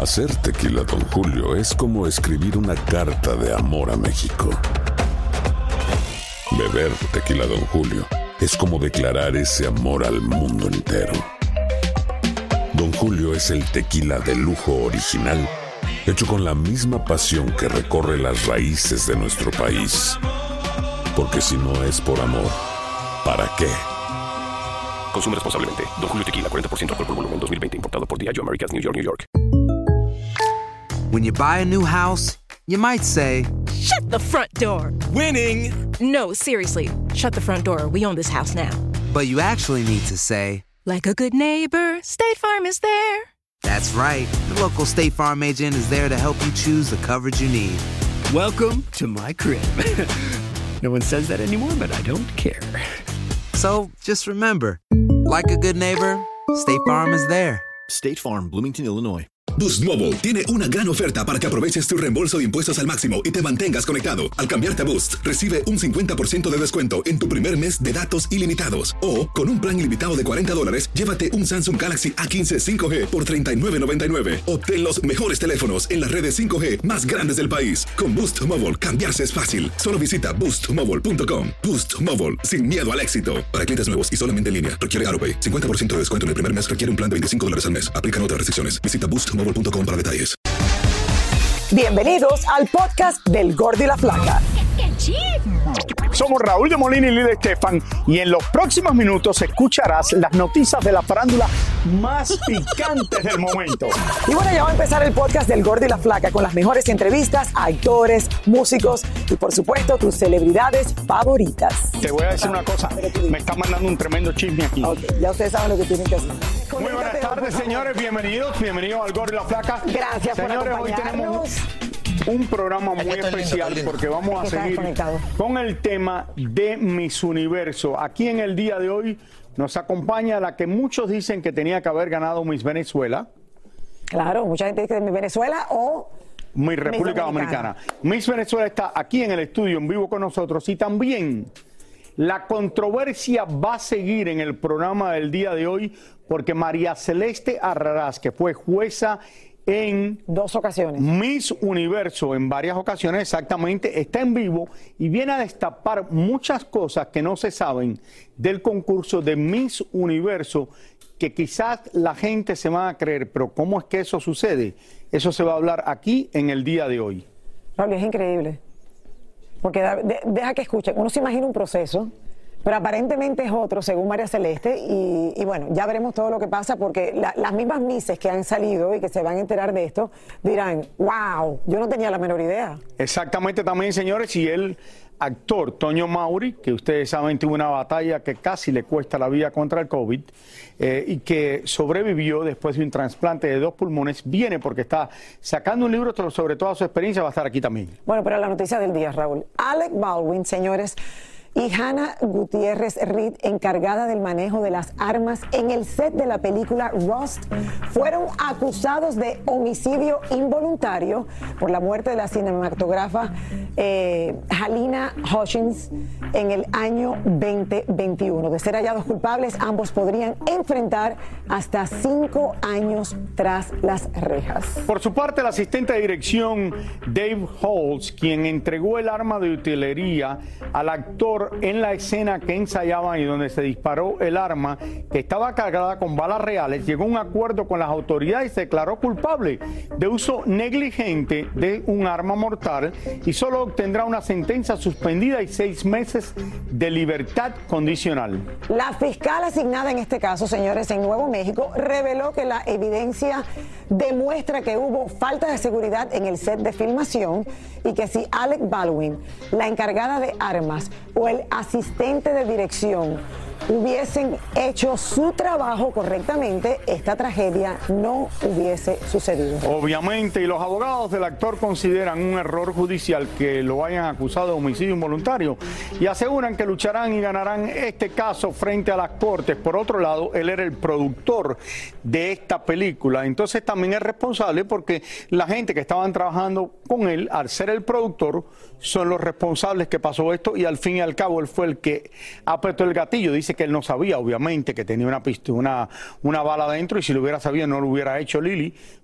Hacer tequila Don Julio es como escribir una carta de amor a México. Beber tequila Don Julio es como declarar ese amor al mundo entero. Don Julio es el tequila de lujo original, hecho con la misma pasión que recorre las raíces de nuestro país. Porque si no es por amor, ¿para qué? Consume responsablemente. Don Julio Tequila, 40% alcohol por volumen, 2020. Importado por Diageo Americas, New York, New York. When you buy a new house, you might say, "Shut the front door." Winning! No, seriously. Shut the front door. We own this house now. but you actually need to say, like a good neighbor, State Farm is there. That's right. The local State Farm agent is there to help you choose the coverage you need. Welcome to my crib. No one says that anymore, but I don't care. So just remember, like a good neighbor, State Farm is there. State Farm, Bloomington, Illinois. Boost Mobile tiene una gran oferta para que aproveches tu reembolso de impuestos al máximo y te mantengas conectado. Al cambiarte a Boost, recibe un 50% de descuento en tu primer mes de datos ilimitados. O, con un plan ilimitado de $40, llévate un Samsung Galaxy A15 5G por $39.99. Obtén los mejores teléfonos en las redes 5G más grandes del país. Con Boost Mobile, cambiarse es fácil. Solo visita boostmobile.com. Boost Mobile, sin miedo al éxito. Para clientes nuevos y solamente en línea, requiere AroPay. 50% de descuento en el primer mes requiere un plan de $25 al mes. Aplican otras restricciones. Visita boostmobile.com para detalles. Bienvenidos al podcast del Gordo y la Flaca. Somos Raúl de Molina y Lidia Estefan y en los próximos minutos escucharás las noticias de la farándula más picantes del momento. Y bueno, ya va a empezar el podcast del Gordo y la Flaca con las mejores entrevistas a actores, músicos y por supuesto tus celebridades favoritas. Te voy a decir una cosa, me está mandando un tremendo chisme aquí. Okay, ya ustedes saben lo que tienen que hacer. Muy buenas tardes, señores, bienvenidos al Gordo y la Flaca. Gracias por señores, hoy tenemos un programa muy especial porque vamos a seguir con el tema de Miss Universo. Aquí en el día de hoy nos acompaña la que muchos dicen que tenía que haber ganado Miss Venezuela. Claro, mucha gente dice que Miss Venezuela o Miss República Dominicana. Miss Venezuela está aquí en el estudio en vivo con nosotros y también la controversia va a seguir en el programa del día de hoy porque María Celeste Arrarás, que fue jueza en 2 ocasiones, Miss Universo en varias ocasiones exactamente, está en vivo y viene a destapar muchas cosas que no se saben del concurso de Miss Universo que quizás la gente se va a creer, pero ¿cómo es que eso sucede? Eso se va a hablar aquí en el día de hoy. Raúl, es increíble, porque deja que escuchen, uno se imagina un proceso, pero aparentemente es otro, según María Celeste, y bueno, ya veremos todo lo que pasa, porque las mismas Misses que han salido y que se van a enterar de esto, dirán, wow, yo no tenía la menor idea. Exactamente también, señores, y el actor Toño Mauri, que ustedes saben tuvo una batalla que casi le cuesta la vida contra el COVID, y que sobrevivió después de un trasplante de 2 pulmones, viene porque está sacando un libro sobre toda su experiencia, va a estar aquí también. Bueno, pero la noticia del día, Raúl. Alec Baldwin, señores, y Hannah Gutiérrez Reed, encargada del manejo de las armas en el set de la película Rust, fueron acusados de homicidio involuntario por la muerte de la cinematógrafa Halyna Hutchins en el año 2021. De ser hallados culpables, ambos podrían enfrentar hasta 5 años tras las rejas. Por su parte, el asistente de dirección Dave Holtz, quien entregó el arma de utilería al actor en la escena que ensayaban y donde se disparó el arma, que estaba cargada con balas reales, llegó a un acuerdo con las autoridades y se declaró culpable de uso negligente de un arma mortal y solo obtendrá una sentencia suspendida y 6 meses de libertad condicional. La fiscal asignada en este caso, señores, en Nuevo México, reveló que la evidencia demuestra que hubo falta de seguridad en el set de filmación y que si Alec Baldwin, la encargada de armas o el asistente de dirección hubiesen hecho su trabajo correctamente, esta tragedia no hubiese sucedido. Obviamente, y los abogados del actor consideran un error judicial que lo hayan acusado de homicidio involuntario y aseguran que lucharán y ganarán este caso frente a las cortes. Por otro lado, él era el productor de esta película, entonces también es responsable porque la gente que estaban trabajando con él, al ser el productor, son los responsables que pasó esto y al fin y al cabo él fue el que apretó el gatillo. Dice que él no sabía, obviamente, que tenía una bala adentro y si lo hubiera sabido no lo hubiera hecho Lili,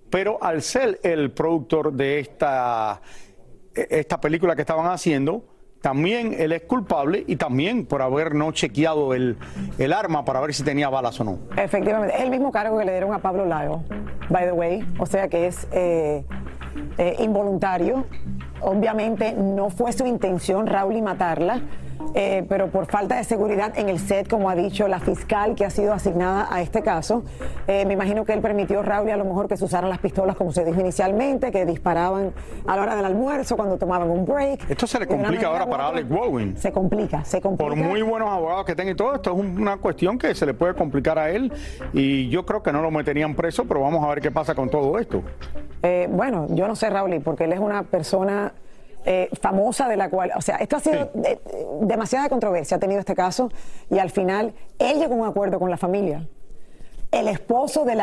pero al ser el productor de esta película que estaban haciendo, también él es culpable y también por haber no chequeado el arma para ver si tenía balas o no. Efectivamente, es el mismo cargo que le dieron a Pablo Lyle, by the way, o sea que es involuntario. Obviamente no fue su intención, Raúl, matarla, pero por falta de seguridad en el set, como ha dicho la fiscal que ha sido asignada a este caso, me imagino que él permitió, Raúl, a lo mejor que se usaran las pistolas como se dijo inicialmente, que disparaban a la hora del almuerzo, cuando tomaban un break. Esto se le complica ahora para Alec Baldwin. Se complica. Por muy buenos abogados que tenga y todo, esto es una cuestión que se le puede complicar a él y yo creo que no lo meterían preso, pero vamos a ver qué pasa con todo esto. Bueno, yo no sé, Raúl, porque él es una persona famosa de la cual, o sea, esto ha sido demasiada controversia, ha tenido este caso y al final él llegó a un acuerdo con la familia. El esposo de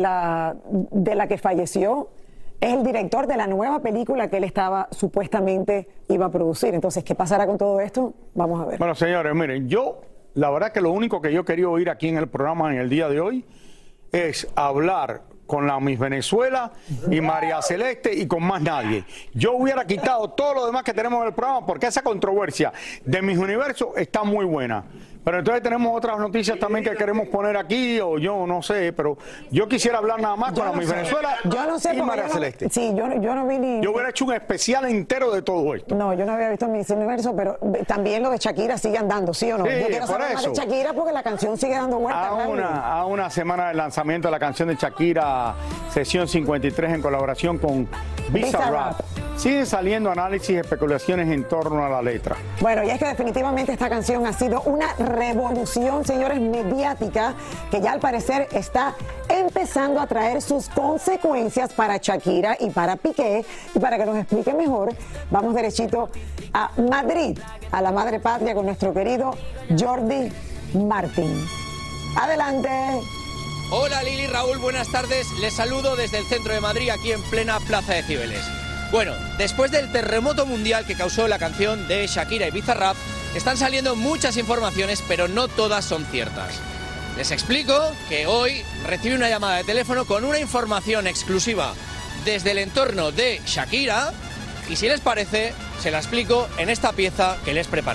la que falleció es el director de la nueva película que él supuestamente iba a producir. Entonces, ¿qué pasará con todo esto? Vamos a ver. Bueno, señores, miren, la verdad que lo único que yo quería oír aquí en el programa en el día de hoy es hablar con la Miss Venezuela y María Celeste y con más nadie. Yo hubiera quitado todo lo demás que tenemos en el programa porque esa controversia de Miss Universo está muy buena. Pero entonces tenemos otras noticias también que queremos poner aquí, o yo no sé, pero yo quisiera hablar nada más con la Miss Venezuela y María Celeste. Sí, yo no vi ni... Yo hubiera hecho un especial entero de todo esto. No, yo no había visto Miss Universo, pero también lo de Shakira sigue andando, ¿sí o no? Sí, yo quiero saber más de Shakira porque la canción sigue dando vueltas. A una semana del lanzamiento de la canción de Shakira, Sesión 53, en colaboración con Bizarrap, siguen saliendo análisis y especulaciones en torno a la letra. Bueno, y es que definitivamente esta canción ha sido una revolución, señores, mediática, que ya al parecer está empezando a traer sus consecuencias para Shakira y para Piqué. Y para que nos explique mejor, vamos derechito a Madrid, a la madre patria, con nuestro querido Jordi Martín. Adelante. Hola Lili, Raúl, buenas tardes. Les saludo desde el centro de Madrid, aquí en plena Plaza de Cibeles. Bueno, después del terremoto mundial que causó la canción de Shakira y Bizarrap, están saliendo muchas informaciones, pero no todas son ciertas. Les explico que hoy recibí una llamada de teléfono con una información exclusiva desde el entorno de Shakira, y si les parece, se la explico en esta pieza que les preparé.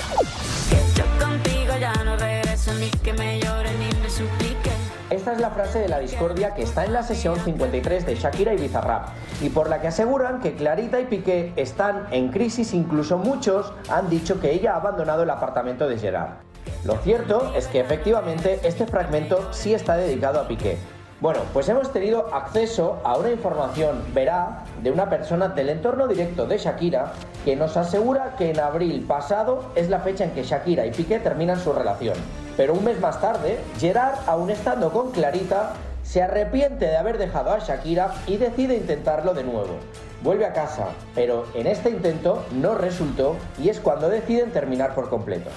Yo contigo ya no regreso, ni que me llore ni me suplique. Esta es la frase de la discordia que está en la sesión 53 de Shakira y Bizarrap, y por la que aseguran que Clarita y Piqué están en crisis. Incluso muchos han dicho que ella ha abandonado el apartamento de Gerard. Lo cierto es que efectivamente este fragmento sí está dedicado a Piqué. Bueno, pues hemos tenido acceso a una información veraz de una persona del entorno directo de Shakira que nos asegura que en abril pasado es la fecha en que Shakira y Piqué terminan su relación. Pero un mes más tarde, Gerard, aún estando con Clarita, se arrepiente de haber dejado a Shakira y decide intentarlo de nuevo. Vuelve a casa, pero en este intento no resultó y es cuando deciden terminar por completo.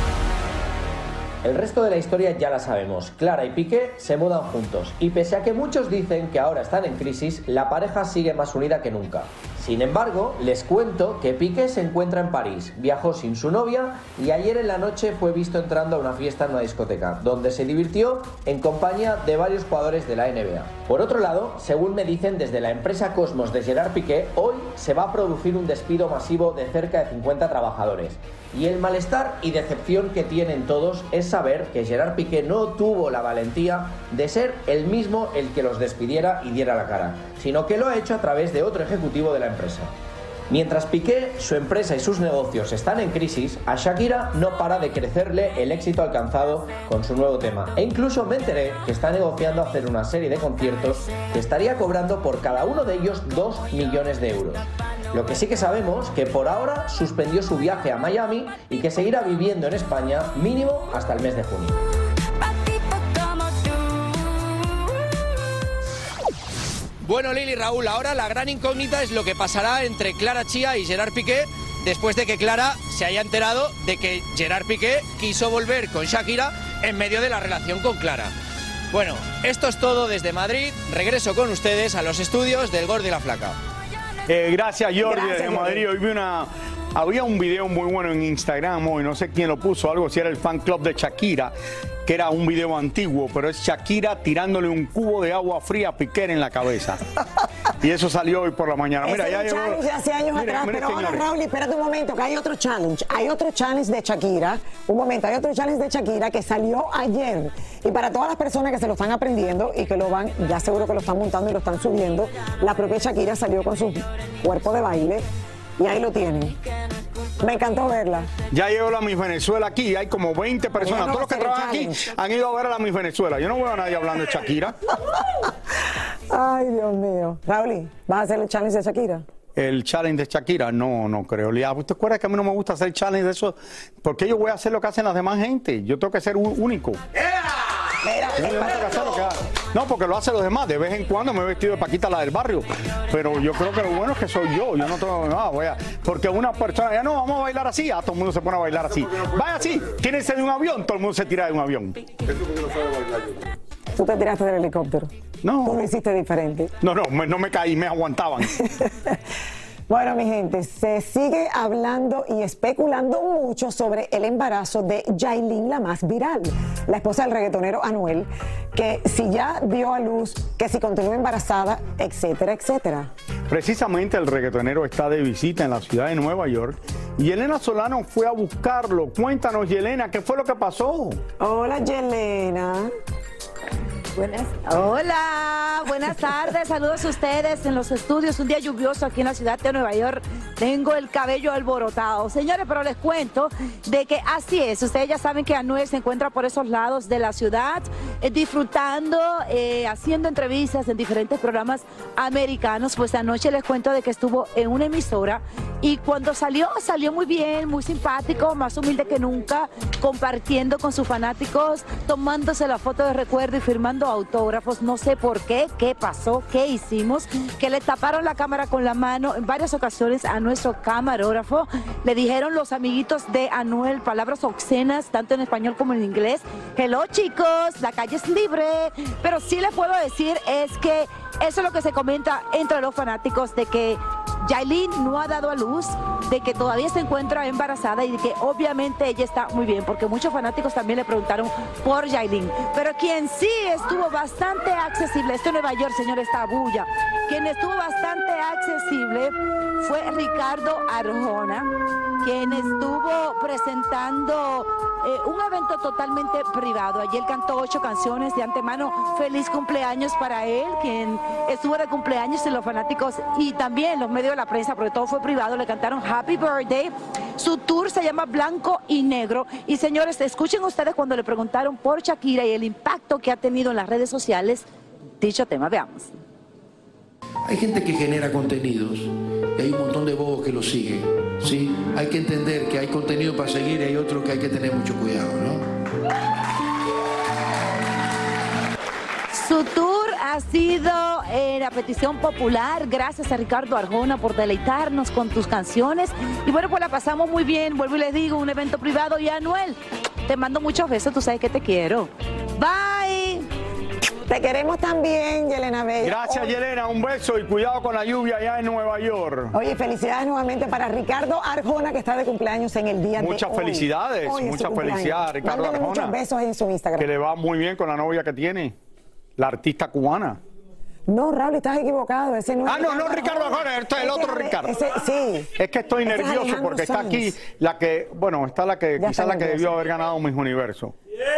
El resto de la historia ya la sabemos. Clara y Piqué se mudan juntos y pese a que muchos dicen que ahora están en crisis, la pareja sigue más unida que nunca. Sin embargo, les cuento que Piqué se encuentra en París, viajó sin su novia y ayer en la noche fue visto entrando a una fiesta en una discoteca, donde se divirtió en compañía de varios jugadores de la NBA. Por otro lado, según me dicen desde la empresa Cosmos de Gerard Piqué, hoy se va a producir un despido masivo de cerca de 50 trabajadores. Y el malestar y decepción que tienen todos es saber que Gerard Piqué no tuvo la valentía de ser él mismo el que los despidiera y diera la cara, sino que lo ha hecho a través de otro ejecutivo de la empresa. Mientras Piqué, su empresa y sus negocios están en crisis, a Shakira no para de crecerle el éxito alcanzado con su nuevo tema. E incluso me enteré que está negociando hacer una serie de conciertos que estaría cobrando por cada uno de ellos 2 millones de euros. Lo que sí que sabemos que por ahora suspendió su viaje a Miami y que seguirá viviendo en España mínimo hasta el mes de junio. Bueno, Lili, Raúl, ahora la gran incógnita es lo que pasará entre Clara Chía y Gerard Piqué después de que Clara se haya enterado de que Gerard Piqué quiso volver con Shakira en medio de la relación con Clara. Bueno, esto es todo desde Madrid. Regreso con ustedes a los estudios del Gordo y la Flaca. Gracias, Jordi, desde Madrid. Hoy vi una Había un video muy bueno en Instagram hoy, no sé quién lo puso, algo si era el fan club de Shakira, que era un video antiguo, pero es Shakira tirándole un cubo de agua fría a Piqué en la cabeza. Y eso salió hoy por la mañana. Mira, ya llegó. Challenge de hace años atrás, pero ahora, Raúl, espérate un momento, que hay otro challenge. Hay otro challenge de Shakira. Un momento, hay otro challenge de Shakira que salió ayer. Y para todas las personas que se lo están aprendiendo y que lo van, ya seguro que lo están montando y lo están subiendo, la propia Shakira salió con su cuerpo de baile y ahí lo tienen. Me encantó verla. Ya llegó la Miss Venezuela aquí, hay como 20 personas. Todos los que trabajan aquí han ido a ver a la Miss Venezuela. Yo no veo a nadie hablando de Shakira. Ay, Dios mío. Raúl, ¿vas a hacer el challenge de Shakira? El challenge de Shakira, no creo. ¿Usted acuerda que a mí no me gusta hacer challenge de eso? Porque yo voy a hacer lo que hacen las demás gente. Yo tengo que ser único. No, porque lo hacen los demás. De vez en cuando me he vestido de Paquita, la del barrio. Pero yo creo que lo bueno es que soy yo. Yo no tengo nada. Porque una persona ya no, vamos a bailar así. Todo el mundo se pone a bailar así. Vaya así. Tírense de un avión. Todo el mundo se tira de un avión. Tú te tiraste del helicóptero. No. Tú lo hiciste diferente. No me caí, me aguantaban. Bueno, mi gente, se sigue hablando y especulando mucho sobre el embarazo de Yailin, la más viral, la esposa del reggaetonero Anuel, que si ya dio a luz, que si continúa embarazada, etcétera, etcétera. Precisamente el reggaetonero está de visita en la ciudad de Nueva York y Yelena Solano fue a buscarlo. Cuéntanos, Yelena, ¿qué fue lo que pasó? Hola, Yelena. Hola, buenas tardes, saludos a ustedes en los estudios, un día lluvioso aquí en la ciudad de Nueva York, tengo el cabello alborotado, señores, pero les cuento de que así es, ustedes ya saben que Anuel se encuentra por esos lados de la ciudad, disfrutando, haciendo entrevistas en diferentes programas americanos, pues anoche les cuento de que estuvo en una emisora y cuando salió muy bien, muy simpático, más humilde que nunca, compartiendo con sus fanáticos, tomándose la foto de recuerdo y firmando autógrafos, no sé por qué, qué pasó, qué hicimos, que le taparon la cámara con la mano en varias ocasiones a nuestro camarógrafo, le dijeron los amiguitos de Anuel palabras obscenas, tanto en español como en inglés, hello chicos, la calle es libre, pero sí les puedo decir es que eso es lo que se comenta entre los fanáticos de que Yailin no ha dado a luz, de que todavía se encuentra embarazada y de que obviamente ella está muy bien, porque muchos fanáticos también le preguntaron por Yailin. Pero quien sí estuvo bastante accesible, esto en Nueva York, señor, esta bulla, quien estuvo bastante accesible fue Ricardo Arjona, quien estuvo presentando un evento totalmente privado. Allí él cantó 8 canciones de antemano. Feliz cumpleaños para él, quien estuvo de cumpleaños y los fanáticos y también los medios de la prensa, porque todo fue privado, le cantaron Happy Birthday. Su tour se llama Blanco y Negro. Y señores, escuchen ustedes cuando le preguntaron por Shakira y el impacto que ha tenido en las redes sociales. Dicho tema, veamos. Hay gente que genera contenidos y hay un montón de bobos que lo siguen, ¿sí? Hay que entender que hay contenido para seguir y hay otro que hay que tener mucho cuidado, ¿no? Su tour ha sido la petición popular. Gracias a Ricardo Arjona por deleitarnos con tus canciones. Y bueno, pues la pasamos muy bien. Vuelvo y les digo, un evento privado. Y Anuel, te mando muchos besos. Tú sabes que te quiero. Bye. Te queremos también, Yelena Bella. Gracias, Yelena. Un beso y cuidado con la lluvia allá en Nueva York. Oye, felicidades nuevamente para Ricardo Arjona, que está de cumpleaños en el día de hoy. Muchas felicidades, muchas felicidades, Ricardo Arjona. Muchos besos en su Instagram. Que le va muy bien con la novia que tiene, la artista cubana. No, Raúl, estás equivocado. Ese no es no, Ricardo Arjona, este es el otro Ricardo. Sí. Es que estoy nervioso porque está aquí la que, bueno, está la que, quizás la que debió haber ganado Miss Universo.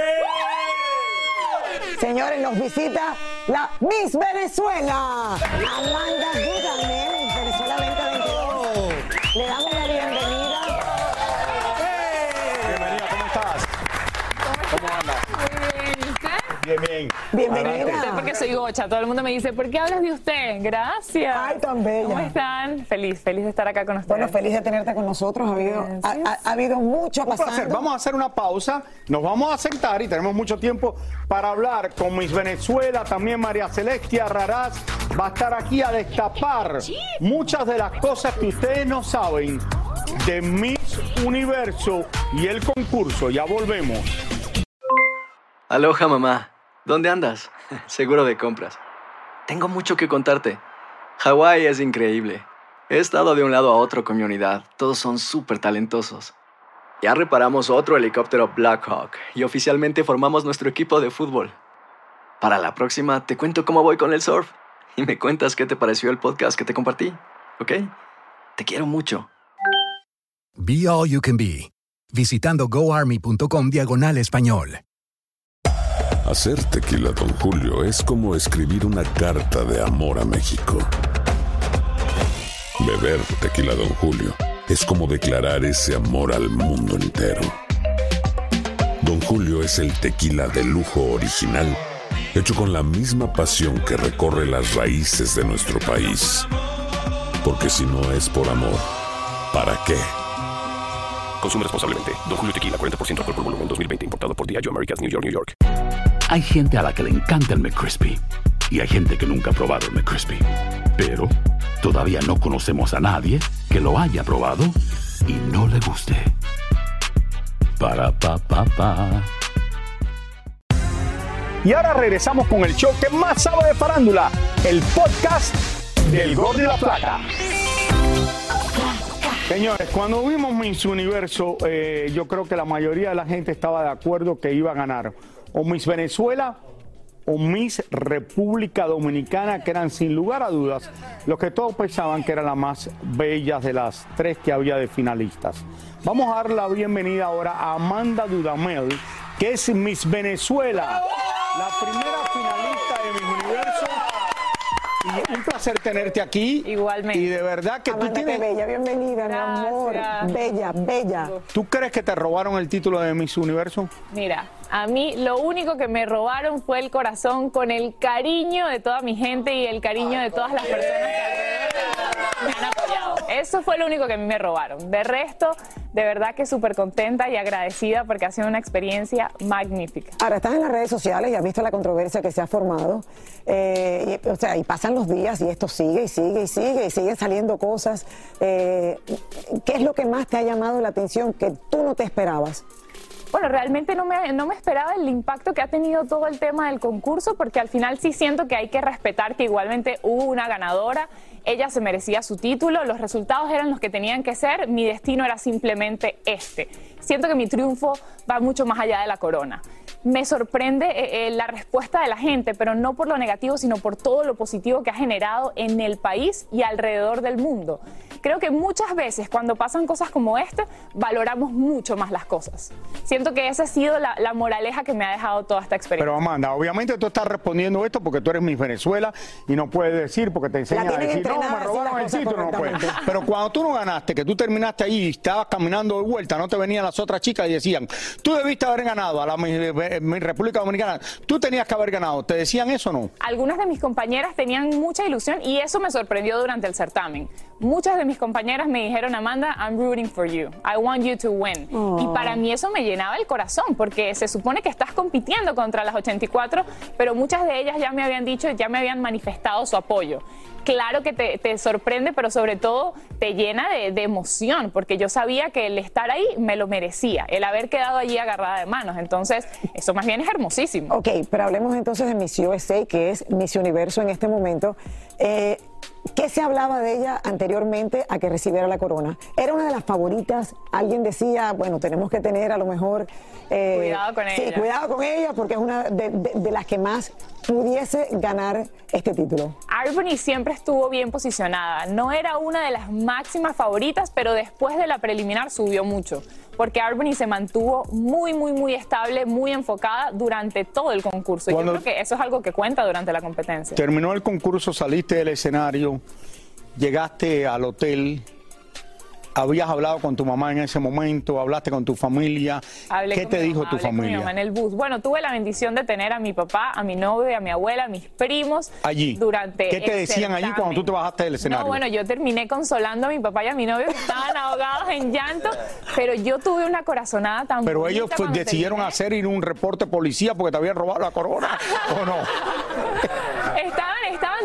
Señores, nos visita la Miss Venezuela, Amanda Dudamel, Venezuela 2022. Le damos la bienvenida. Bienvenida, ¿cómo estás? ¿Cómo andas? Muy bien, ¿y usted? Bien. Bienvenida. Porque soy gocha. Todo el mundo me dice, ¿por qué hablas de usted? Gracias. Ay, tan bella. ¿Cómo están? Feliz de estar acá con ustedes. Bueno, feliz de tenerte con nosotros. Ha habido mucho pasando. Vamos a hacer una pausa, nos vamos a sentar y tenemos mucho tiempo para hablar con Miss Venezuela, también María Celestia Raraz va a estar aquí a destapar muchas de las cosas que ustedes no saben de Miss Universo y el concurso. Ya volvemos. Aloha, mamá. ¿Dónde andas? Seguro de compras. Tengo mucho que contarte. Hawái es increíble. He estado de un lado a otro con mi unidad. Todos son súper talentosos. Ya reparamos otro helicóptero Blackhawk y oficialmente formamos nuestro equipo de fútbol. Para la próxima te cuento cómo voy con el surf y me cuentas qué te pareció el podcast que te compartí, ¿ok? Te quiero mucho. Be All You Can Be, visitando goarmy.com/español. Hacer tequila Don Julio es como escribir una carta de amor a México. Beber tequila Don Julio es como declarar ese amor al mundo entero. Don Julio es el tequila de lujo original, hecho con la misma pasión que recorre las raíces de nuestro país. Porque si no es por amor, ¿para qué? Consume responsablemente. Don Julio Tequila, 40% alcohol por volumen, 2020. Importado por Diageo Americas, New York, New York. Hay gente a la que le encanta el McCrispy y hay gente que nunca ha probado el McCrispy. Pero todavía no conocemos a nadie que lo haya probado y no le guste. Para pa pa pa. Y ahora regresamos con el show que más sabe de farándula, el podcast del Gordo y la Flaca. Señores, cuando vimos Miss Universo, yo creo que la mayoría de la gente estaba de acuerdo que iba a ganar o Miss Venezuela o Miss República Dominicana, que eran sin lugar a dudas los que todos pensaban que eran las más bellas de las tres que había de finalistas. Vamos a dar la bienvenida ahora a Amanda Dudamel, que es Miss Venezuela, la primera finalista de Miss Universo. Y un placer tenerte aquí. Igualmente. Y de verdad que Amanda, tú tienes... qué bella, bienvenida, mi amor. Bella, bella. ¿Tú crees que te robaron el título de Miss Universo? Mira, a mí lo único que me robaron fue el corazón, con el cariño de toda mi gente y el cariño de todas las personas que me han apoyado. Eso fue lo único que a mí me robaron. De resto, de verdad que súper contenta y agradecida porque ha sido una experiencia magnífica. Ahora estás en las redes sociales y has visto la controversia que se ha formado. Y pasan los días y esto sigue y sigue y sigue y siguen saliendo cosas. ¿Qué es lo que más te ha llamado la atención que tú no te esperabas? Bueno, realmente no me esperaba el impacto que ha tenido todo el tema del concurso, porque al final sí siento que hay que respetar que igualmente hubo una ganadora, ella se merecía su título, los resultados eran los que tenían que ser, mi destino era simplemente este. Siento que mi triunfo va mucho más allá de la corona. Me sorprende la respuesta de la gente, pero no por lo negativo, sino por todo lo positivo que ha generado en el país y alrededor del mundo. Creo que muchas veces cuando pasan cosas como esta, valoramos mucho más las cosas. Siento que esa ha sido la moraleja que me ha dejado toda esta experiencia. Pero Amanda, obviamente tú estás respondiendo esto porque tú eres Miss Venezuela y no puedes decir porque te enseñan a decir, no, me robaron el título, no puedes. Pero cuando tú no ganaste, que tú terminaste ahí y estabas caminando de vuelta, no te venían las otras chicas y decían, tú debiste haber ganado a la mi República Dominicana, tú tenías que haber ganado. ¿Te decían eso o no? Algunas de mis compañeras tenían mucha ilusión y eso me sorprendió durante el certamen. Muchas de mis compañeras me dijeron, Amanda, I'm rooting for you. I want you to win. Oh. Y para mí eso me llenaba el corazón, porque se supone que estás compitiendo contra las 84, pero muchas de ellas ya me habían dicho, ya me habían manifestado su apoyo. Claro que te sorprende, pero sobre todo te llena de emoción, porque yo sabía que el estar ahí me lo merecía, el haber quedado allí agarrada de manos. Entonces, eso más bien es hermosísimo. Ok, pero hablemos entonces de Miss USA, que es Miss Universo en este momento. ¿Qué se hablaba de ella anteriormente a que recibiera la corona? ¿Era una de las favoritas? Alguien decía, bueno, tenemos que tener a lo mejor... cuidado con ella. Sí, cuidado con ella, porque es una de las que más pudiese ganar este título. Albany siempre estuvo bien posicionada. No era una de las máximas favoritas, pero después de la preliminar subió mucho, porque Albany se mantuvo muy estable, muy enfocada durante todo el concurso. Y yo creo que eso es algo que cuenta durante la competencia. Terminó el concurso, saliste del escenario, llegaste al hotel, habías hablado con tu mamá en ese momento, hablaste con tu familia. ¿Qué te dijo tu familia? Con mi mamá en el bus. Bueno, tuve la bendición de tener a mi papá, a mi novio, a mi abuela, a mis primos. Allí. Durante ¿Qué te decían allí cuando tú te bajaste del escenario? No, bueno, yo terminé consolando a mi papá y a mi novio, que estaban ahogados en llanto, pero yo tuve una corazonada tan Pero bonita. ellos decidieron hacer un reporte policía porque te habían robado la corona, ¿o no? Estaban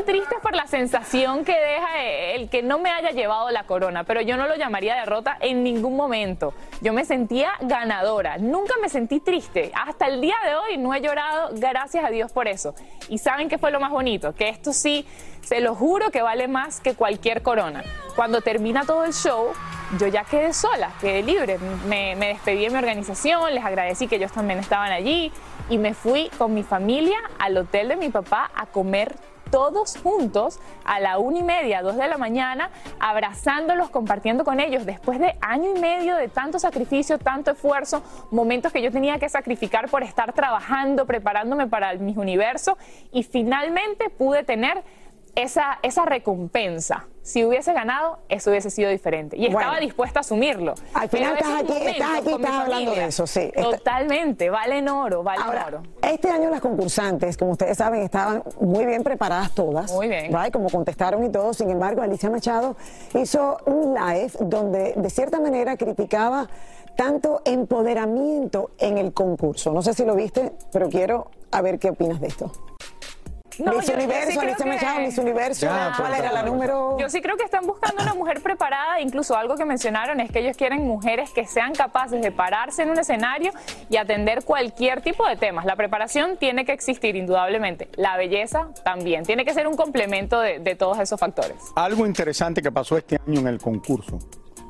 triste por la sensación que deja el que no me haya llevado la corona, pero yo no lo llamaría derrota en ningún momento. Yo me sentía ganadora, nunca me sentí triste. Hasta el día de hoy no he llorado, gracias a Dios por eso. ¿Y saben qué fue lo más bonito? Que esto sí, se lo juro que vale más que cualquier corona. Cuando termina todo el show, yo ya quedé sola, quedé libre. Me despedí de mi organización, les agradecí que ellos también estaban allí y me fui con mi familia al hotel de mi papá a comer todos juntos a la 1:30, 2 de la mañana, abrazándolos, compartiendo con ellos después de año y medio de tanto sacrificio, tanto esfuerzo, momentos que yo tenía que sacrificar por estar trabajando, preparándome para el Miss Universo, y finalmente pude tener esa recompensa. Si hubiese ganado, eso hubiese sido diferente. Y estaba dispuesta a asumirlo. Al final estás aquí hablando de eso, sí. Totalmente, valen oro, valen oro. Este año las concursantes, como ustedes saben, estaban muy bien preparadas todas. Muy bien. ¿Right? Como contestaron y todo. Sin embargo, Alicia Machado hizo un live donde de cierta manera criticaba tanto empoderamiento en el concurso. No sé si lo viste, pero quiero a ver qué opinas de esto. No, Miss Universo, Alicia Machado, Miss Universo, ¿cuál era la número? Yo sí creo que están buscando una mujer preparada, incluso algo que mencionaron es que ellos quieren mujeres que sean capaces de pararse en un escenario y atender cualquier tipo de temas. La preparación tiene que existir indudablemente, la belleza también, tiene que ser un complemento de todos esos factores. Algo interesante que pasó este año en el concurso.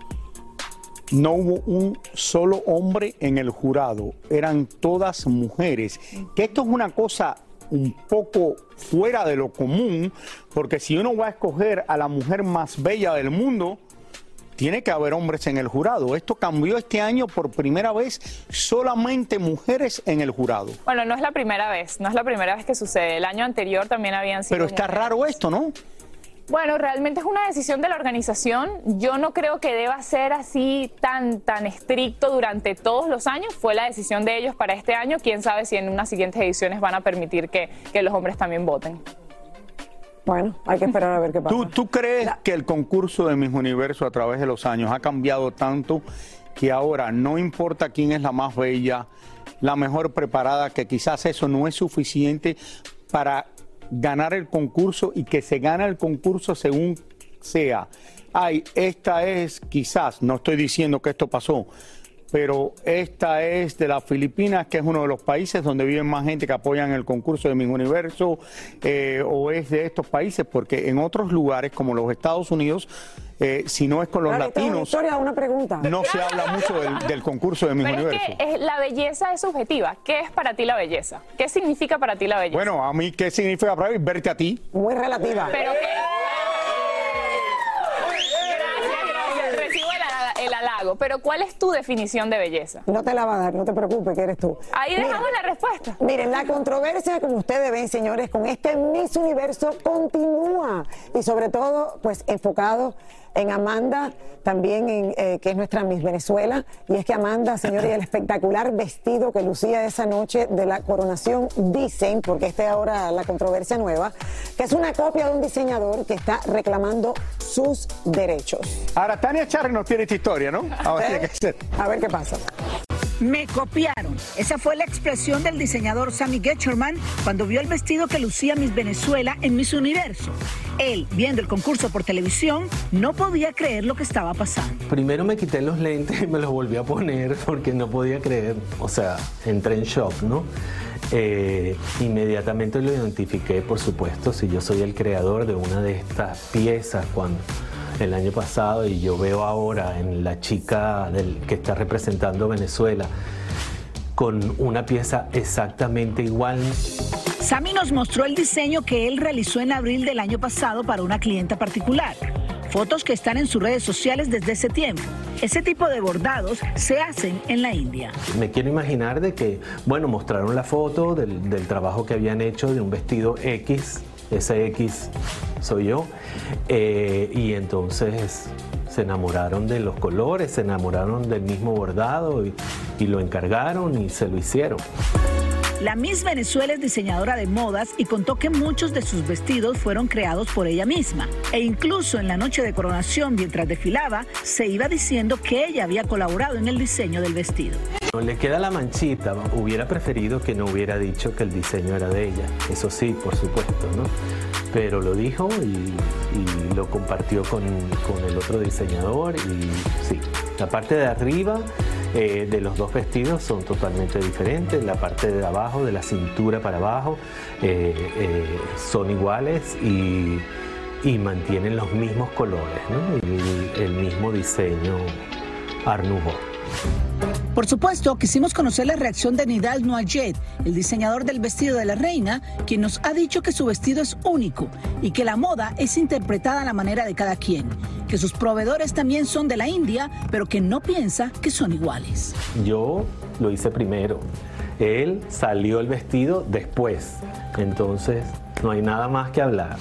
No hubo un solo hombre en el jurado, eran todas mujeres. Que esto es una cosa un poco fuera de lo común, porque si uno va a escoger a la mujer más bella del mundo, tiene que haber hombres en el jurado. Esto cambió este año por primera vez, solamente mujeres en el jurado. Bueno, no es la primera vez, no es la primera vez que sucede. El año anterior también habían sido Pero está mujeres. Raro esto, ¿no? Bueno, realmente es una decisión de la organización. Yo no creo que deba ser así tan estricto durante todos los años. Fue la decisión de ellos para este año. Quién sabe si en unas siguientes ediciones van a permitir que los hombres también voten. Bueno, hay que esperar a ver qué pasa. ¿Tú crees que el concurso de Miss Universo a través de los años ha cambiado tanto que ahora no importa quién es la más bella, la mejor preparada, que quizás eso no es suficiente para ganar el concurso y que se gana el concurso según sea? Ay, esta es quizás, no estoy diciendo que esto pasó, pero esta es de las Filipinas, que es uno de los países donde viven más gente que apoyan el concurso de Miss Universo, o es de estos países, porque en otros lugares como los Estados Unidos, si no es con los latinos, una pregunta. No se habla mucho del concurso de Miss Universo. Pero es que la belleza es subjetiva. ¿Qué es para ti la belleza? ¿Qué significa para ti la belleza? Bueno, a mí, ¿qué significa para mí? Verte a ti. Muy relativa. Pero ¿qué? Gracias. Recibo el halago. Pero ¿cuál es tu definición de belleza? No te la va a dar, no te preocupes, que eres tú. Ahí dejamos la respuesta. Miren, la controversia, como ustedes ven, señores, con este Miss Universo continúa. Y sobre todo, pues, enfocado en Amanda, también que es nuestra Miss Venezuela. Y es que Amanda, señores, el espectacular vestido que lucía esa noche de la coronación, dicen, porque esta es ahora la controversia nueva, que es una copia de un diseñador que está reclamando sus derechos. Ahora, Tania Charri nos tiene esta historia, ¿no? A ver qué pasa. Me copiaron. Esa fue la expresión del diseñador Sammy Getcherman cuando vio el vestido que lucía Miss Venezuela en Miss Universo. Él, viendo el concurso por televisión, no podía creer lo que estaba pasando. Primero me quité los lentes y me los volví a poner porque no podía creer. O sea, entré en shock, ¿no? Inmediatamente lo identifiqué, por supuesto, si yo soy el creador de una de estas piezas el año pasado, y yo veo ahora en la chica que está representando Venezuela con una pieza exactamente igual. Sammy nos mostró el diseño que él realizó en abril del año pasado para una clienta particular. Fotos que están en sus redes sociales desde ese tiempo. Ese tipo de bordados se hacen en la India. Me quiero imaginar de que, bueno, mostraron la foto del trabajo que habían hecho de un vestido X. Ese X soy yo, y entonces se enamoraron de los colores, se enamoraron del mismo bordado y lo encargaron y se lo hicieron. La Miss Venezuela es diseñadora de modas y contó que muchos de sus vestidos fueron creados por ella misma. E incluso en la noche de coronación, mientras desfilaba, se iba diciendo que ella había colaborado en el diseño del vestido. No le queda la manchita, hubiera preferido que no hubiera dicho que el diseño era de ella. Eso sí, por supuesto, ¿no? pero lo dijo y lo compartió con el otro diseñador y sí, la parte de arriba de los dos vestidos son totalmente diferentes, la parte de abajo, de la cintura para abajo, son iguales y mantienen los mismos colores, ¿no? Y el mismo diseño Art Nouveau. Por supuesto, quisimos conocer la reacción de Nidal Noyet, el diseñador del vestido de la reina, quien nos ha dicho que su vestido es único y que la moda es interpretada a la manera de cada quien, que sus proveedores también son de la India, pero que no piensa que son iguales. Yo lo hice primero, él salió el vestido después, entonces no hay nada más que hablar.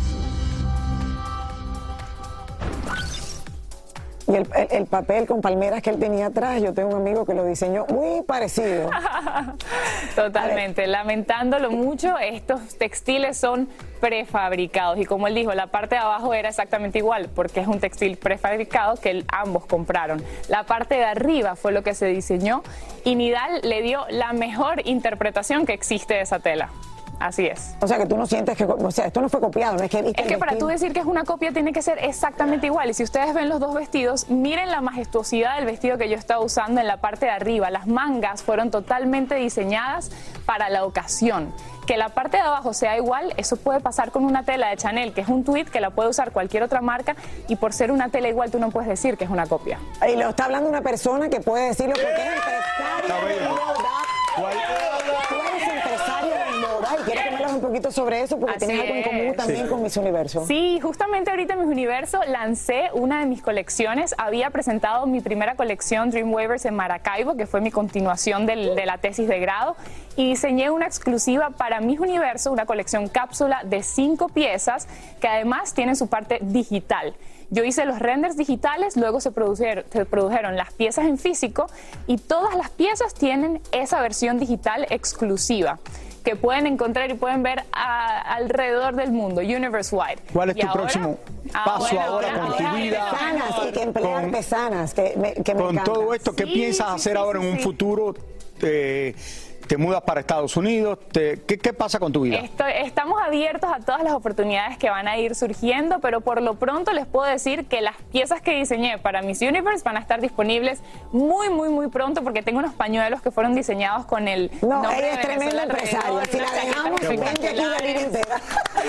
Y el papel con palmeras que él tenía atrás, yo tengo un amigo que lo diseñó muy parecido. Totalmente, lamentándolo mucho, estos textiles son prefabricados y como él dijo, la parte de abajo era exactamente igual porque es un textil prefabricado que ambos compraron. La parte de arriba fue lo que se diseñó y Nidal le dio la mejor interpretación que existe de esa tela. Así es. O sea, que tú no sientes que, o sea, esto no fue copiado, no es que viste es que para tú decir que es una copia tiene que ser exactamente igual. Y si ustedes ven los dos vestidos, miren la majestuosidad del vestido que yo estaba usando en la parte de arriba. Las mangas fueron totalmente diseñadas para la ocasión. Que la parte de abajo sea igual, eso puede pasar con una tela de Chanel, que es un tweed que la puede usar cualquier otra marca y por ser una tela igual tú no puedes decir que es una copia. Y lo está hablando una persona que puede decirlo porque es empresario de moda. Tú eres empresario de moda y quiero que me hables un poquito sobre eso porque tienes algo en común también con Miss Universo. Sí, justamente ahorita en Miss Universo lancé una de mis colecciones. Había presentado mi primera colección Dreamweavers en Maracaibo, que fue mi continuación de la tesis de grado, y diseñé una exclusiva para Miss Universo, una colección cápsula de 5 piezas que además tienen su parte digital. Yo hice los renders digitales, luego se produjeron las piezas en físico y todas las piezas tienen esa versión digital exclusiva que pueden encontrar y pueden ver alrededor del mundo, universe-wide. ¿Cuál es tu próximo paso ahora con tu vida? Y que emplear artesanas, que me con todo esto, ¿qué piensas hacer ahora en un futuro? ¿Te mudas para Estados Unidos? ¿Qué pasa con tu vida? Estamos abiertos a todas las oportunidades que van a ir surgiendo, pero por lo pronto les puedo decir que las piezas que diseñé para Miss Universe van a estar disponibles muy, muy, muy pronto porque tengo unos pañuelos que fueron diseñados con el nombre ella es tremenda empresaria. Si la dejamos, se vende aquí la vida entera.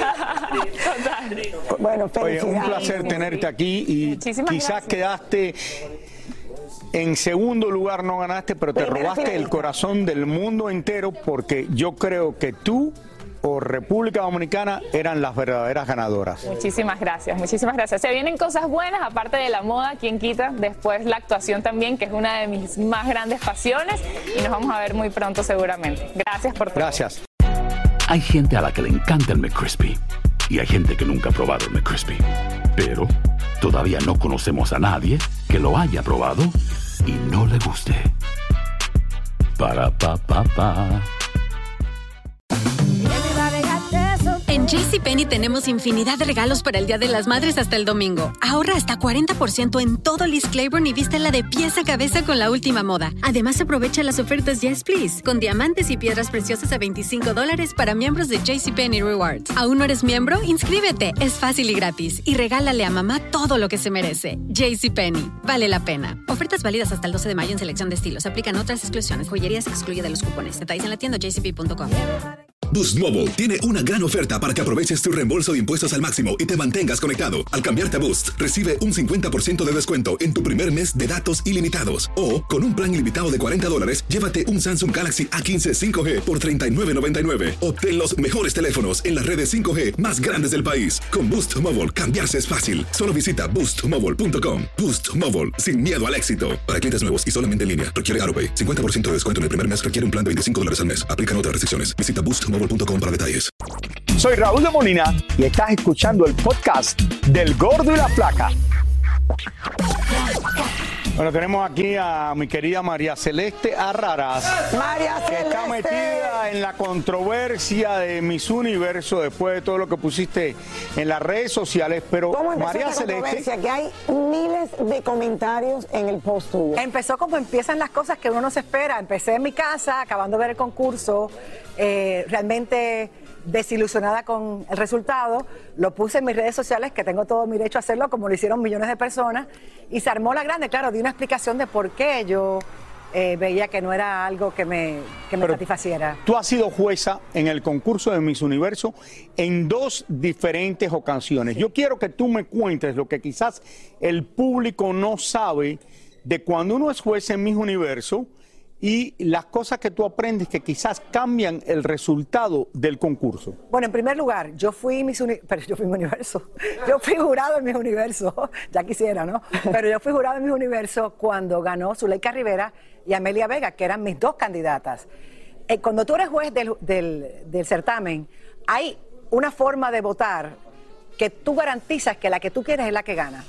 Bueno, oye, un placer tenerte aquí y muchísimas quizás gracias. Quedaste en segundo lugar, no ganaste, pero te robaste el corazón del mundo entero porque yo creo que tú o República Dominicana eran las verdaderas ganadoras. Muchísimas gracias, muchísimas gracias. Se vienen cosas buenas, aparte de la moda, quien quita, después la actuación también, que es una de mis más grandes pasiones y nos vamos a ver muy pronto seguramente. Gracias por todo. Gracias. Hay gente a la que le encanta el McCrispy y hay gente que nunca ha probado el McCrispy. Pero todavía no conocemos a nadie que lo haya probado y no le guste. Para pa pa pa. En JCPenney tenemos infinidad de regalos para el Día de las Madres hasta el domingo. Ahorra hasta 40% en todo Liz Claiborne y vístela de pies a cabeza con la última moda. Además, aprovecha las ofertas Yes Please, con diamantes y piedras preciosas a $25 para miembros de JCPenney Rewards. ¿Aún no eres miembro? Inscríbete. Es fácil y gratis. Y regálale a mamá todo lo que se merece. JCPenney. Vale la pena. Ofertas válidas hasta el 12 de mayo en selección de estilos. Aplican otras exclusiones. Joyería se excluye de los cupones. Detalles en la tienda jcp.com. Boost Mobile tiene una gran oferta para que aproveches tu reembolso de impuestos al máximo y te mantengas conectado. Al cambiarte a Boost, recibe un 50% de descuento en tu primer mes de datos ilimitados. O, con un plan ilimitado de $40, llévate un Samsung Galaxy A15 5G por $39.99. Obtén los mejores teléfonos en las redes 5G más grandes del país. Con Boost Mobile, cambiarse es fácil. Solo visita boostmobile.com. Boost Mobile, sin miedo al éxito. Para clientes nuevos y solamente en línea, requiere AroPay. 50% de descuento en el primer mes requiere un plan de $25 al mes. Aplican otras restricciones. Visita boostmobile.com para detalles. Soy Raúl de Molina y estás escuchando el podcast del Gordo y la Flaca. Bueno, tenemos aquí a mi querida María Celeste Arraraz, que está metida en la controversia de Miss Universo después de todo lo que pusiste en las redes sociales. Pero María Celeste, que hay miles de comentarios en el post tuyo. Empezó como empiezan las cosas que uno no se espera. Empecé en mi casa, acabando de ver el concurso. Realmente desilusionada con el resultado, lo puse en mis redes sociales, que tengo todo mi derecho a hacerlo, como lo hicieron millones de personas, y se armó la grande. Claro, di una explicación de por qué yo veía que no era algo que me satisfaciera. Tú has sido jueza en el concurso de Miss Universo en 2 diferentes ocasiones. Sí. Yo quiero que tú me cuentes lo que quizás el público no sabe de cuando uno es juez en Miss Universo y las cosas que tú aprendes que quizás cambian el resultado del concurso. Bueno, en primer lugar, yo fui Miss Universo. Yo fui jurado en Miss Universo, ya quisiera, ¿no? Pero yo fui jurado en Miss Universo cuando ganó Zuleika Rivera y Amelia Vega, que eran mis 2 candidatas. Cuando tú eres juez del certamen, hay una forma de votar que tú garantizas que la que tú quieres es la que gana.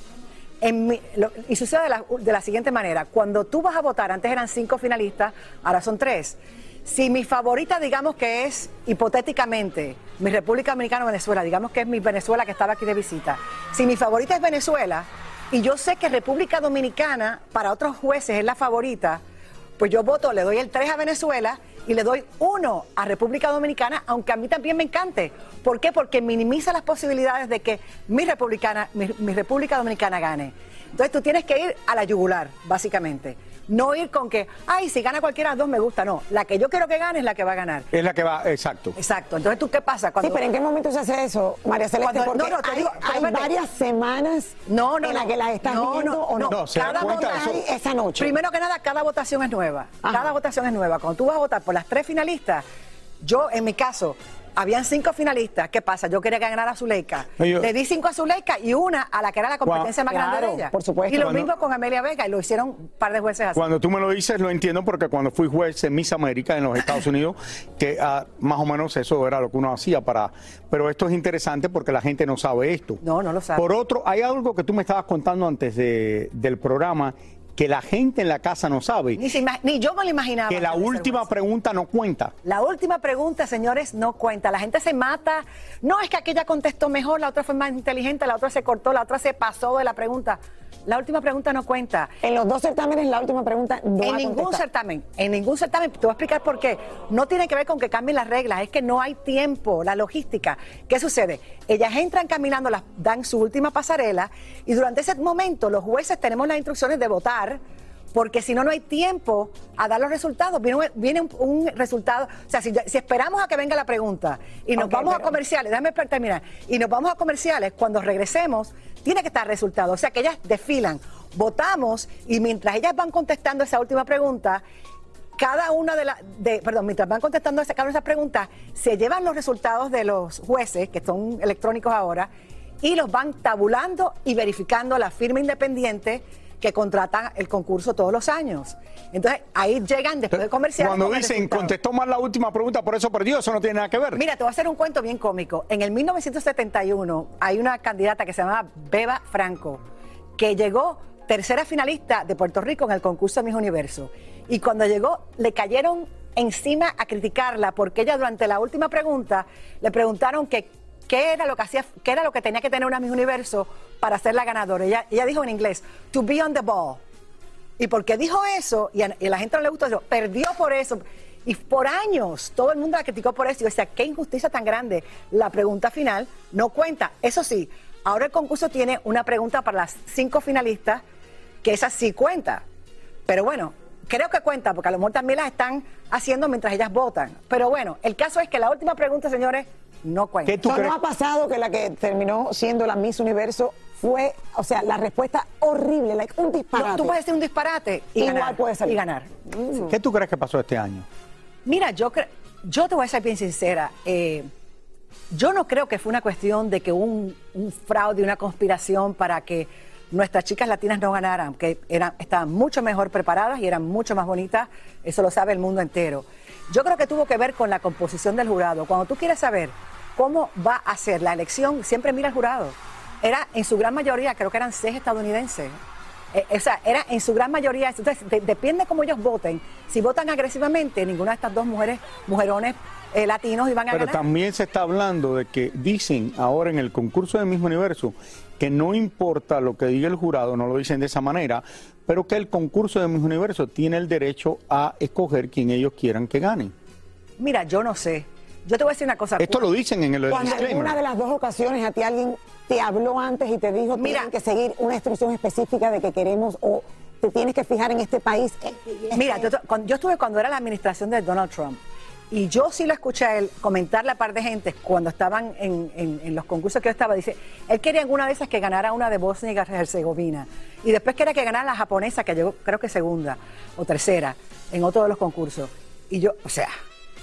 Y sucede de la siguiente manera: cuando tú vas a votar, antes eran 5 finalistas, ahora son 3. Si mi favorita, digamos que es, hipotéticamente, mi República Dominicana o Venezuela, digamos que es mi Venezuela que estaba aquí de visita, si mi favorita es Venezuela, y yo sé que República Dominicana para otros jueces es la favorita, pues yo voto, le doy el 3 a Venezuela y le doy 1 a República Dominicana, aunque a mí también me encante. ¿Por qué? Porque minimiza las posibilidades de que mi República Dominicana gane. Entonces tú tienes que ir a la yugular, básicamente. No ir con que, ay, si gana cualquiera de las 2 me gusta. No, la que yo quiero que gane es la que va a ganar. Es la que va, exacto. Exacto. Entonces, ¿tú qué pasa? Cuando, sí, pero ¿en qué momento se hace eso, María Celeste? Porque hay varias semanas en las que las estás viendo o no. No, se da cuenta eso. Esa noche. Primero que nada, cada votación es nueva. Ajá. Cada votación es nueva. Cuando tú vas a votar por las 3 finalistas, yo, en mi caso, habían 5 finalistas. ¿Qué pasa? Yo quería que ganara a Zuleika. Le di 5 a Zuleika y 1 a la que era la competencia más grande de ella. Por supuesto. Y lo mismo con Amelia Vega, y lo hicieron un par de jueces así. Cuando tú me lo dices, lo entiendo, porque cuando fui juez en Miss América en los Estados Unidos, que más o menos eso era lo que uno hacía para... Pero esto es interesante porque la gente no sabe esto. No lo sabe. Por otro, hay algo que tú me estabas contando antes del programa, que la gente en la casa no sabe. Ni yo me lo imaginaba. Que la última pregunta no cuenta. La última pregunta, señores, no cuenta. La gente se mata. No, es que aquella contestó mejor, la otra fue más inteligente, la otra se cortó, la otra se pasó de la pregunta. La última pregunta no cuenta. En los 2 certámenes la última pregunta no en ningún certamen. En ningún certamen. Te voy a explicar por qué. No tiene que ver con que cambien las reglas, es que no hay tiempo, la logística. ¿Qué sucede? Ellas entran caminando, las dan su última pasarela y durante ese momento los jueces tenemos las instrucciones de votar, porque si no, no hay tiempo a dar los resultados. Viene un resultado. O sea, si esperamos a que venga la pregunta y nos vamos a comerciales, déjame terminar, y nos vamos a comerciales, cuando regresemos, tiene que estar el resultado. O sea, que ellas desfilan, votamos, y mientras ellas van contestando esa última pregunta, mientras van contestando cada una de esas preguntas, se llevan los resultados de los jueces, que son electrónicos ahora, y los van tabulando y verificando la firma independiente que contratan el concurso todos los años. Entonces, ahí llegan después del comercial. Cuando dicen, contestó mal la última pregunta, por eso perdió, eso no tiene nada que ver. Mira, te voy a hacer un cuento bien cómico. En el 1971, hay una candidata que se llamaba Beba Franco, que llegó 3ª finalista de Puerto Rico en el concurso de Miss Universo. Y cuando llegó, le cayeron encima a criticarla, porque ella durante la última pregunta, le preguntaron qué era lo que hacía, qué era lo que tenía que tener una Miss Universo para ser la ganadora. Ella dijo en inglés, to be on the ball. Y porque dijo eso, y a la gente no le gustó, perdió por eso. Y por años todo el mundo la criticó por eso. Y yo decía, qué injusticia tan grande. La pregunta final no cuenta. Eso sí, ahora el concurso tiene una pregunta para las 5 finalistas, que esa sí cuenta. Pero bueno, creo que cuenta, porque a lo mejor también las están haciendo mientras ellas votan. Pero bueno, el caso es que la última pregunta, señores, no cuenta. ¿No ha pasado que la que terminó siendo la Miss Universo fue, o sea, la respuesta horrible, un disparate? No, tú puedes decir un disparate y igual ganar, puede salir. Y ganar. ¿Qué tú crees que pasó este año? Mira, yo te voy a ser bien sincera. Yo no creo que fue una cuestión de que un fraude, una conspiración para que nuestras chicas latinas no ganaran, que estaban mucho mejor preparadas y eran mucho más bonitas. Eso lo sabe el mundo entero. Yo creo que tuvo que ver con la composición del jurado. Cuando tú quieres saber cómo va a ser la elección, siempre mira al jurado. Era en su gran mayoría, creo que eran 6 estadounidenses. O sea, era en su gran mayoría. Entonces, depende cómo ellos voten. Si votan agresivamente, ninguna de estas 2 mujerones latinos iban a ganar. Pero también se está hablando de que dicen ahora en el concurso de Miss Universo que no importa lo que diga el jurado, no lo dicen de esa manera, pero que el concurso de Miss Universo tiene el derecho a escoger quien ellos quieran que gane. Mira, yo no sé. Yo te voy a decir una cosa. Esto lo dicen en el Cuando en disclaimer. una de las dos ocasiones a ti alguien te habló antes y te dijo, tienen que seguir una instrucción específica de que queremos o te tienes que fijar en este país. Mira, yo estuve cuando era la administración de Donald Trump. Y yo sí lo escuché a él comentarle a par de gente cuando estaban en los concursos que yo estaba. Dice, él quería en una de esas que ganara una de Bosnia y Herzegovina. Y después quería que ganara la japonesa, que llegó creo que segunda o tercera en otro de los concursos. Y yo, o sea,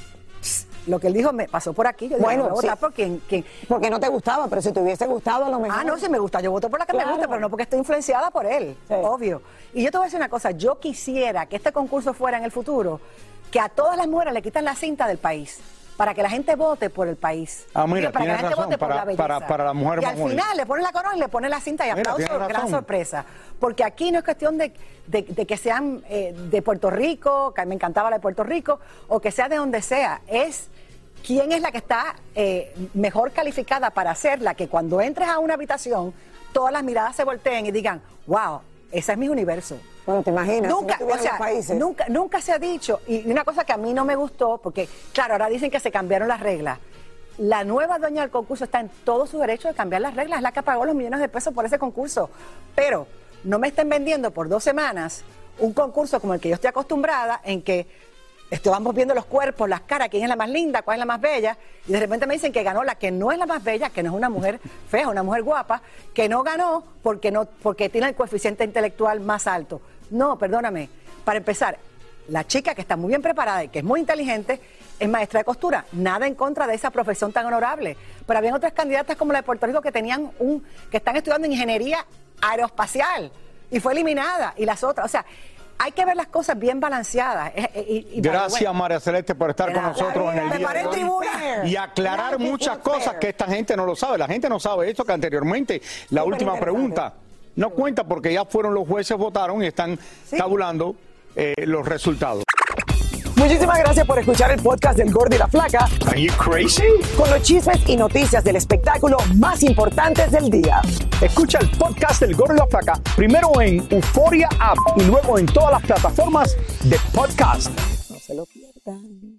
lo que él dijo me pasó por aquí. Yo dije, voy a votar por quien... Porque no te gustaba, pero si te hubiese gustado a lo mejor. Ah, no, si me gusta. Yo voto por la que me gusta, pero no porque estoy influenciada por él. Sí. Obvio. Y yo te voy a decir una cosa. Yo quisiera que este concurso fuera en el futuro que a todas las mujeres le quitan la cinta del país para que la gente vote por el país. Ah, mira, para que la gente razón, vote por la belleza. para la mujer y más al bonita. final le ponen la corona y le ponen la cinta y aplauso, gran sorpresa. Porque aquí no es cuestión de que sean de Puerto Rico, que me encantaba la de Puerto Rico, o que sea de donde sea. Es quién es la que está mejor calificada para hacerla, que cuando entres a una habitación, todas las miradas se volteen y digan, wow, ese es mi universo. Bueno, te imaginas. Nunca, si no o sea, nunca se ha dicho, y una cosa que a mí no me gustó, porque claro, ahora dicen que se cambiaron las reglas. La nueva dueña del concurso está en todo su derecho de cambiar las reglas, es la que pagó los millones de pesos por ese concurso. Pero no me estén vendiendo por 2 semanas un concurso como el que yo estoy acostumbrada, en que vamos viendo los cuerpos, las caras, quién es la más linda, cuál es la más bella, y de repente me dicen que ganó la que no es la más bella, que no es una mujer fea, una mujer guapa, que no ganó porque tiene el coeficiente intelectual más alto. No, perdóname. Para empezar, la chica que está muy bien preparada y que es muy inteligente es maestra de costura. Nada en contra de esa profesión tan honorable. Pero habían otras candidatas como la de Puerto Rico que que están estudiando ingeniería aeroespacial y fue eliminada. Y las otras, o sea, hay que ver las cosas bien balanceadas. Gracias, María Celeste, por estar con nosotros en el día de hoy y aclarar muchas cosas que esta gente no lo sabe. La gente no sabe esto, que anteriormente la última pregunta no cuenta porque ya fueron los jueces, votaron y están tabulando los resultados. Muchísimas gracias por escuchar el podcast del Gordo y la Flaca. Are you crazy? Con los chismes y noticias del espectáculo más importantes del día. Escucha el podcast del Gordo y la Flaca primero en Euphoria App y luego en todas las plataformas de podcast. No se lo pierdan.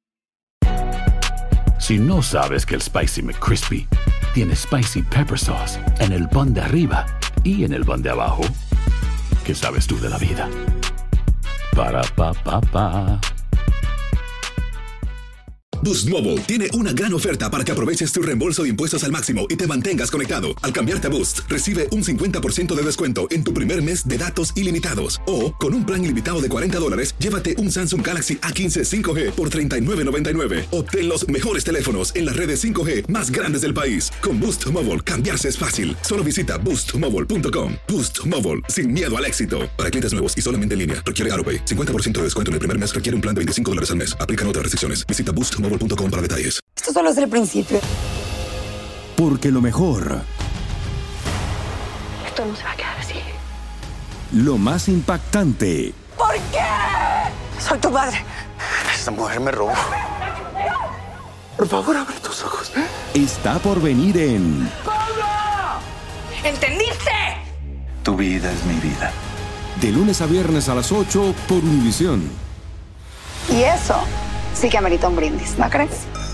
Si no sabes que el Spicy McCrispy tiene Spicy Pepper Sauce en el pan de arriba y en el pan de abajo, ¿qué sabes tú de la vida? Para, pa, pa, pa. Boost Mobile tiene una gran oferta para que aproveches tu reembolso de impuestos al máximo y te mantengas conectado. Al cambiarte a Boost, recibe un 50% de descuento en tu primer mes de datos ilimitados. O, con un plan ilimitado de $40, llévate un Samsung Galaxy A15 5G por $39.99. Obtén los mejores teléfonos en las redes 5G más grandes del país. Con Boost Mobile, cambiarse es fácil. Solo visita boostmobile.com. Boost Mobile, sin miedo al éxito. Para clientes nuevos y solamente en línea, requiere AutoPay. 50% de descuento en el primer mes requiere un plan de $25 al mes. Aplican otras restricciones. Visita boostmobile.com para detalles. Esto solo es el principio. Porque lo mejor, Esto no se va a quedar así. lo más impactante, ¿Por qué? Soy tu madre. Esta mujer me robó. Por favor, abre tus ojos. está por venir en ¡Pablo! ¿Entendiste? Tu vida es mi vida. de lunes a viernes a las 8 por Univisión. Y eso sí que amerita un brindis, ¿no crees?